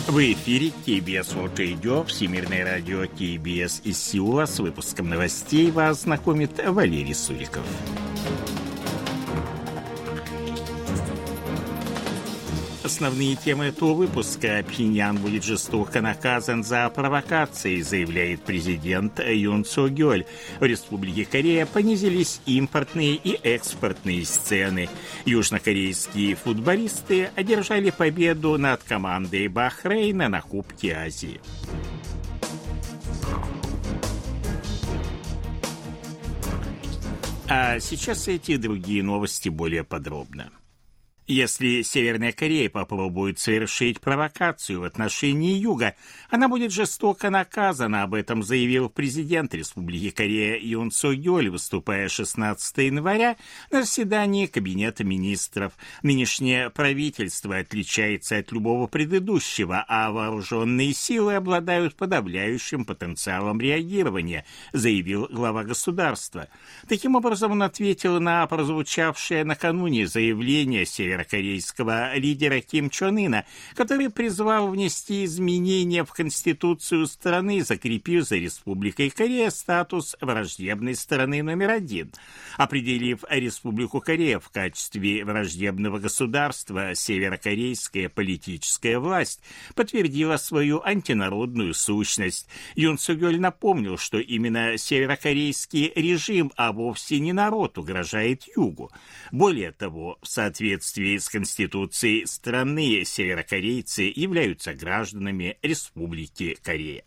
В эфире KBS World Radio, Всемирное радио KBS из Сеула. С выпуском новостей вас знакомит Валерий Суриков. Основные темы этого выпуска. Пхеньян будет жестоко наказан за провокации, заявляет президент Юн Сок Йоль. В Республике Корея понизились импортные и экспортные цены. Южнокорейские футболисты одержали победу над командой Бахрейна на Кубке Азии. А сейчас эти и другие новости более подробно. Если Северная Корея попробует совершить провокацию в отношении Юга, она будет жестоко наказана. Об этом заявил президент Республики Корея Юн Сок Йоль, выступая 16 января на заседании Кабинета министров. Нынешнее правительство отличается от любого предыдущего, а вооруженные силы обладают подавляющим потенциалом реагирования, заявил глава государства. Таким образом, он ответил на прозвучавшее накануне заявление северокорейского лидера Ким Чен Ына, который призвал внести изменения в Конституцию страны, закрепив за Республикой Корея статус враждебной страны номер один. Определив Республику Корея в качестве враждебного государства, северокорейская политическая власть подтвердила свою антинародную сущность. Юн Сок Йоль напомнил, что именно северокорейский режим, а вовсе не народ, угрожает Югу. Более того, в соответствии с Конституцией страны, северокорейцы являются гражданами Республики Корея.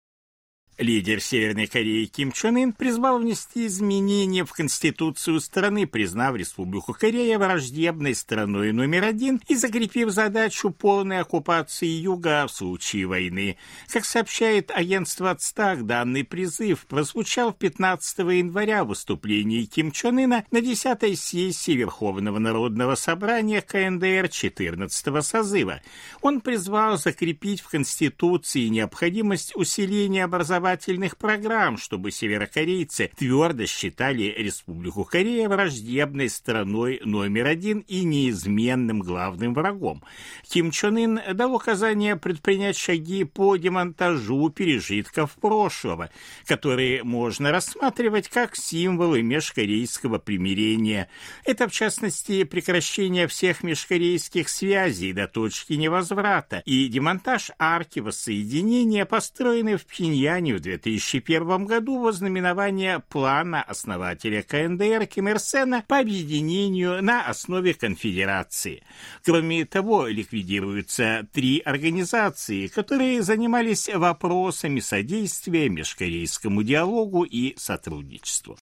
Лидер Северной Кореи Ким Чен Ын призвал внести изменения в Конституцию страны, признав Республику Корея враждебной страной номер один и закрепив задачу полной оккупации Юга в случае войны. Как сообщает агентство ЦТАК, данный призыв прозвучал 15 января в выступлении Ким Чен Ына на 10-й сессии Верховного народного собрания КНДР 14-го созыва. Он призвал закрепить в Конституции необходимость усиления образования программ, чтобы северокорейцы твердо считали Республику Корея враждебной страной номер один и неизменным главным врагом. Ким Чен Ын дал указание предпринять шаги по демонтажу пережитков прошлого, которые можно рассматривать как символы межкорейского примирения. Это, в частности, прекращение всех межкорейских связей до точки невозврата и демонтаж арки воссоединения, построенной в Пхеньяне в 2001 году во знаменование плана основателя КНДР Ким Ир Сена по объединению на основе конфедерации. Кроме того, ликвидируются 3 организации, которые занимались вопросами содействия межкорейскому диалогу и сотрудничеству.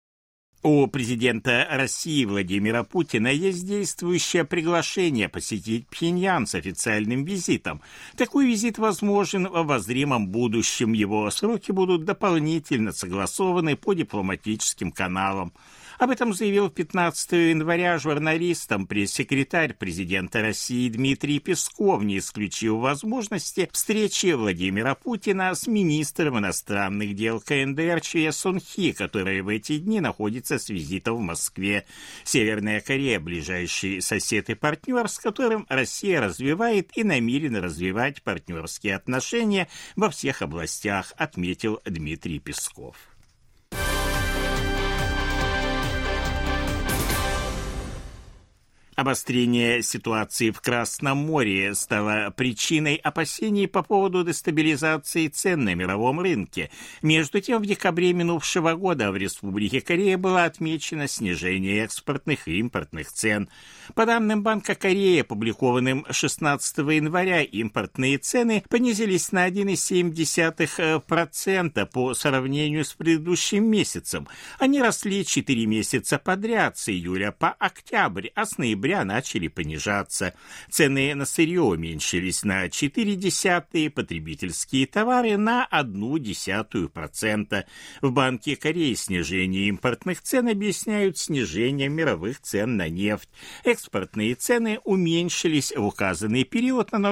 У президента России Владимира Путина есть действующее приглашение посетить Пхеньян с официальным визитом. Такой визит возможен в обозримом будущем. Его сроки будут дополнительно согласованы по дипломатическим каналам. Об этом заявил 15 января журналистам пресс-секретарь президента России Дмитрий Песков, не исключив возможности встречи Владимира Путина с министром иностранных дел КНДР Чхе Сун Хи, который в эти дни находится с визитом в Москве. Северная Корея – ближайший сосед и партнер, с которым Россия развивает и намерена развивать партнерские отношения во всех областях, отметил Дмитрий Песков. Обострение ситуации в Красном море стало причиной опасений по поводу дестабилизации цен на мировом рынке. Между тем, в декабре минувшего года в Республике Корея было отмечено снижение экспортных и импортных цен. По данным Банка Кореи, опубликованным 16 января, импортные цены понизились на 1,7% по сравнению с предыдущим месяцем. Они росли 4 месяца подряд, с июля по октябрь, а с ноября начали понижаться. Цены на сырье уменьшились на 0,4%, потребительские товары на 0,1%. В Банке Кореи снижение импортных цен объясняют снижением мировых цен на нефть. Экспортные цены уменьшились в указанный период на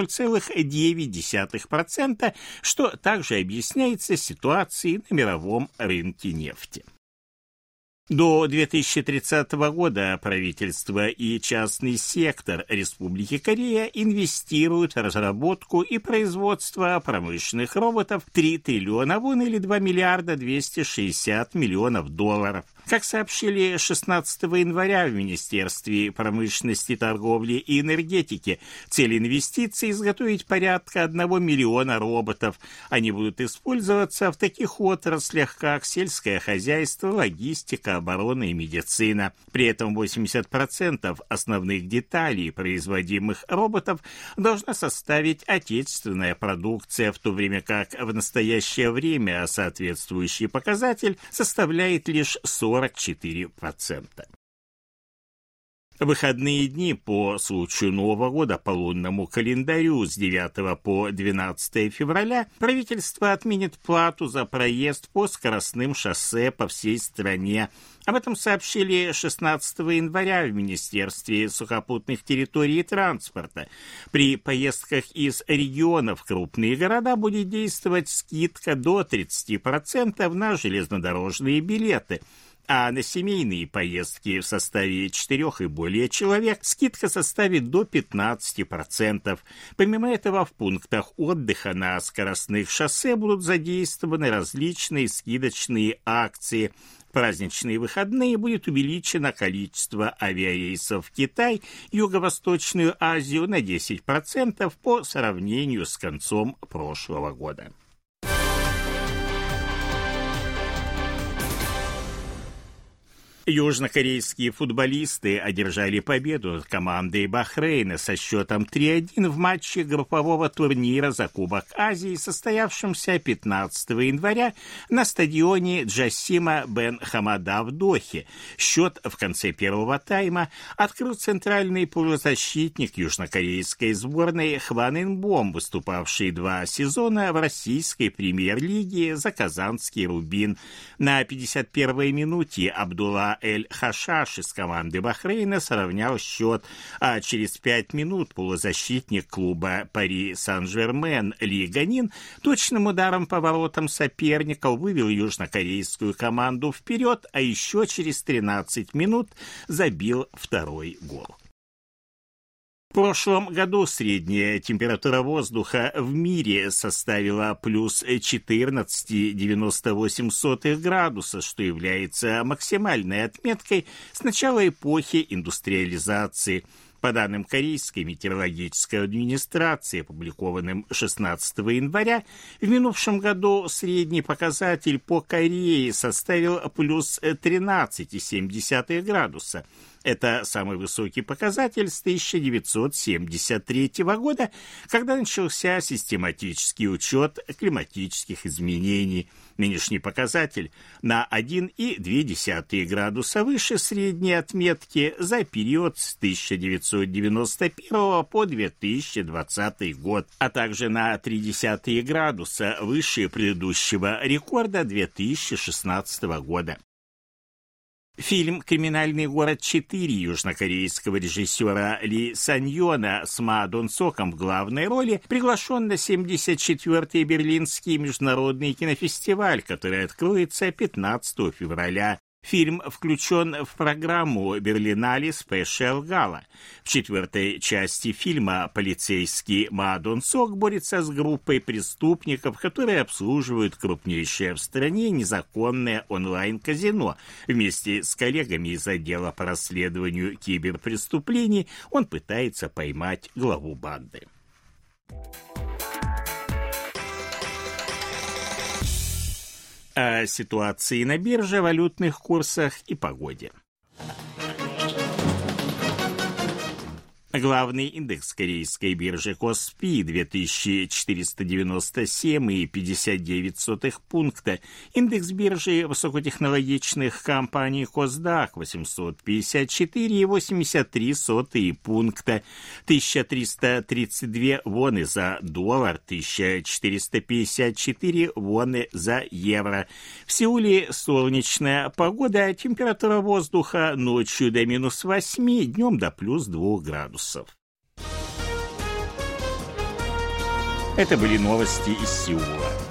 0,9%, что также объясняется ситуацией на мировом рынке нефти. До 2030 года правительство и частный сектор Республики Корея инвестируют в разработку и производство промышленных роботов 3 триллиона вон или 2 миллиарда 260 миллионов долларов. Как сообщили 16 января в Министерстве промышленности, торговли и энергетики, цель инвестиций – изготовить порядка 1 миллиона роботов. Они будут использоваться в таких отраслях, как сельское хозяйство, логистика, оборона и медицина. При этом 80% основных деталей производимых роботов должна составить отечественная продукция, в то время как в настоящее время соответствующий показатель составляет лишь 44%. В выходные дни по случаю Нового года по лунному календарю с 9 по 12 февраля правительство отменит плату за проезд по скоростным шоссе по всей стране. Об этом сообщили 16 января в Министерстве сухопутных территорий и транспорта. При поездках из регионов в крупные города будет действовать скидка до 30% на железнодорожные билеты, а на семейные поездки в составе 4 и более человек скидка составит до 15%. Помимо этого, в пунктах отдыха на скоростных шоссе будут задействованы различные скидочные акции. В праздничные выходные будет увеличено количество авиарейсов в Китай, Юго-Восточную Азию на 10% по сравнению с концом прошлого года. Южнокорейские футболисты одержали победу над командой Бахрейна со счетом 3-1 в матче группового турнира за Кубок Азии, состоявшемся 15 января на стадионе Джасима бен Хамада в Дохе. Счет в конце первого тайма открыл центральный полузащитник южнокорейской сборной Хван Инбом, выступавший 2 сезона в российской премьер-лиге за казанский «Рубин». На 51-й минуте Абдулла Эль-Хашаш из команды Бахрейна сравнял счет, а через 5 минут полузащитник клуба Пари Сан-Жермен Ли Ганин точным ударом по воротам соперников вывел южнокорейскую команду вперед, а еще через 13 минут забил второй гол. В прошлом году средняя температура воздуха в мире составила плюс 14,98 градуса, что является максимальной отметкой с начала эпохи индустриализации. По данным Корейской метеорологической администрации, опубликованным 16 января, в минувшем году средний показатель по Корее составил плюс 13,7 градуса. Это самый высокий показатель с 1973 года, когда начался систематический учет климатических изменений. Нынешний показатель на 1,2 градуса выше средней отметки за период с 1991 по 2020 год, а также на 0,3 градуса выше предыдущего рекорда 2016 года. Фильм «Криминальный город 4» южнокорейского режиссера Ли Саньона с Ма Дон Соком в главной роли приглашен на 74-й Берлинский международный кинофестиваль, который откроется 15 февраля. Фильм включен в программу Берлинале Спешиал Гала. В 4-й части фильма полицейский Ма Дон Сок борется с группой преступников, которые обслуживают крупнейшее в стране незаконное онлайн-казино. Вместе с коллегами из отдела по расследованию киберпреступлений он пытается поймать главу банды. О ситуации на бирже, валютных курсах и погоде. Главный индекс корейской биржи Коспи 2497,59 пункта. Индекс биржи высокотехнологичных компаний Косдак 854,83 пункта. 1332 воны за доллар, 1454 воны за евро. В Сеуле солнечная погода, температура воздуха ночью до -8, днем до +2 градусов. Это были новости из Сеула.